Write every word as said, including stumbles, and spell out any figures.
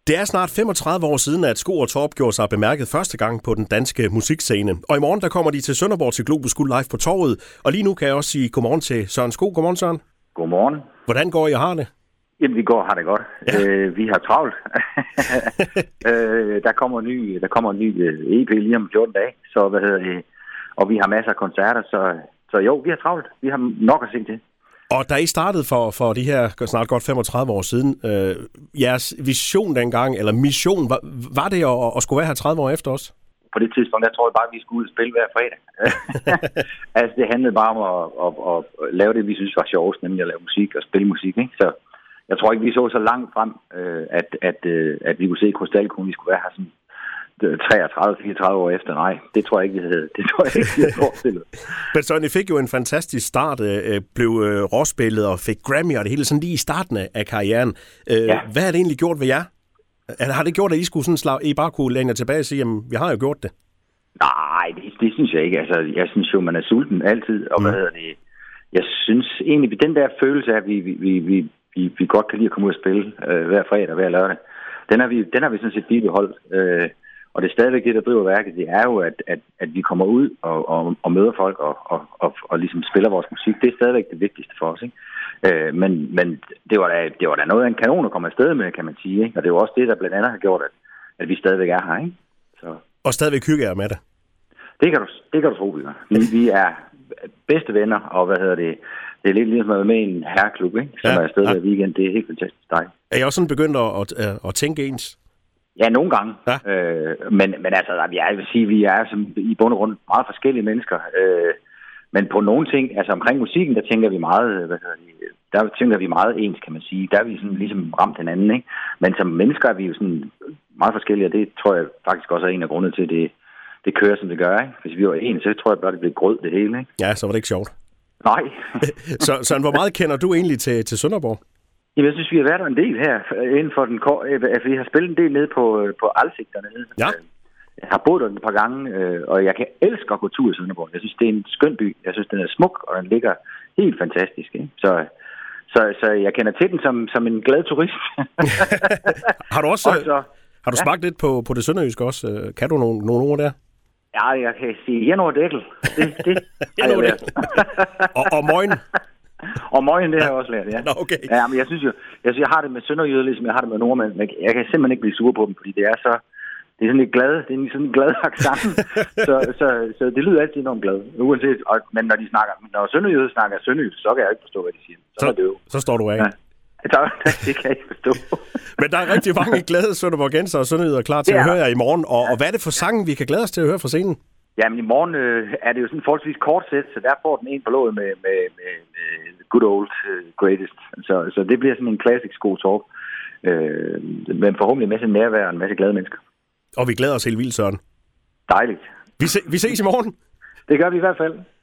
Det er snart femogtredive år siden, at Sko og Torp gjorde sig bemærket første gang på den danske musikscene. Og i morgen der kommer de til Sønderborg til Globus Guld Live på Torvet. Og lige nu kan jeg også sige godmorgen til Søren Sko. Godmorgen, Søren. Godmorgen. Hvordan går I og har det? Jamen, vi går og har det godt. Ja. Øh, vi har travlt. øh, der kommer en ny, der kommer en ny E P lige om fjorten dage. Så, hvad hedder det? Og vi har masser af koncerter, så, så jo, vi har travlt. Vi har nok at se til. Og da I startede for, for de her snart godt femogtredive år siden, øh, jeres vision dengang, eller mission, var, var det at, at skulle være her tredive år efter os? På det tidspunkt, der tror jeg bare, at vi skulle ud og spille hver fredag. Altså, det handlede bare om at, at, at, at lave det, vi synes var sjovest, nemlig at lave musik og spille musik, ikke? Så jeg tror ikke, vi så så langt frem, at, at, at vi kunne se krystalkuglen, vi skulle være her sådan treogtredive til fireogtredive år efter. Nej, det tror jeg ikke, vi havde. Det tror jeg ikke, vi havde forestillet. Men så I fik jo en fantastisk start, øh, blev øh, råspillet og fik Grammy og det hele sådan lige i starten af karrieren. Øh, ja. Hvad har det egentlig gjort ved jer? Har det gjort, at I skulle sådan slag, I bare kunne læne jer tilbage og sige, jamen, vi har jo gjort det? Nej, det, det synes jeg ikke. Altså, jeg synes jo, man er sulten altid, og mm. hvad hedder det? Jeg synes egentlig, den der følelse af, at vi, vi, vi, vi, vi, vi godt kan lide at komme ud og spille øh, hver fredag og hver lørdag, den har vi, den har vi sådan set bibeholdt. Øh, Og det er stadigvæk det, der driver værket, det er jo, at, at, at vi kommer ud og, og, og møder folk og, og, og, og ligesom spiller vores musik. Det er stadigvæk det vigtigste for os, ikke? Øh, men men det, var da, det var da noget af en kanon at komme afsted med, kan man sige, ikke? Og det er jo også det, der blandt andet har gjort, at, at vi stadigvæk er her, ikke? Så. Og stadigvæk hygger jer med det? Det kan du, det kan du tro, vi gør. Vi, vi er bedste venner, og hvad hedder det? Det er lidt ligesom at være med i en herreklub, ikke? Som ja, er afsted ja. hver weekend. Det er helt fantastisk dejligt. Er I også sådan begyndt at, at, at tænke ens? Ja, nogle gange. Ja. Øh, men, men altså, jeg vil sige, vi er som, i bund og grund meget forskellige mennesker. Øh, men på nogle ting, altså omkring musikken, der tænker vi meget, hvad hedder det, der tænker vi meget ens, kan man sige. Der er vi sådan ligesom ramt hinanden, ikke? Men som mennesker er vi jo sådan meget forskellige, og det tror jeg faktisk også er en af grundene til, at det, det kører, som det gør, ikke? Hvis vi var en, så tror jeg bare, det blev grød det hele, ikke? Ja, så var det ikke sjovt. Nej. så, så hvor meget kender du egentlig til, til Sønderborg? Jamen, jeg synes, vi har været der en del her, inden for den kår. Altså, vi har spillet en del nede på, på Alsik dernede. Ja. Jeg har boet der et par gange, og jeg kan elske at gå tur i Sønderborg. Jeg synes, det er en skøn by. Jeg synes, den er smuk, og den ligger helt fantastisk, ikke? Så, så, så jeg kender til den som, som en glad turist. Har du også, også har du ja. smagt lidt på, på det sønderjyske også? Kan du nogle, nogle ord der? Ja, jeg kan sige Jenno Dækkel. Det, det har jeg lært. og, og Møgen? Og morgen, det har jeg også lært, ja. Nå, okay. Ja, men jeg synes jo, jeg, synes, jeg har det med sønderjyder, ligesom jeg har det med nordmænd, men jeg kan simpelthen ikke blive sur på dem, fordi det er så, det er sådan lidt glad, det er sådan en glad accent, så, så, så det lyder altid enormt glad, uanset, og, men når de snakker, når sønderjyder snakker sønderjyder, så kan jeg ikke forstå, hvad de siger. Så, så, er det jo. Så står du af. Ja. Det kan jeg ikke forstå. Men der er rigtig mange glade sønderborgenser og sønderjyder klar til at høre jer i morgen, og, og hvad er det for sangen, vi kan glæde os til at høre fra scenen? Jamen i morgen øh, er det jo sådan en forholdsvis kort sæt, så der får den en på låget med, med, med, med good old uh, greatest. Så, så det bliver sådan en klassisk Sko og Torp. Øh, men forhåbentlig en masse nærvær og en masse glade mennesker. Og vi glæder os helt vildt, Søren. Dejligt. Vi, se, vi ses i morgen. Det gør vi i hvert fald.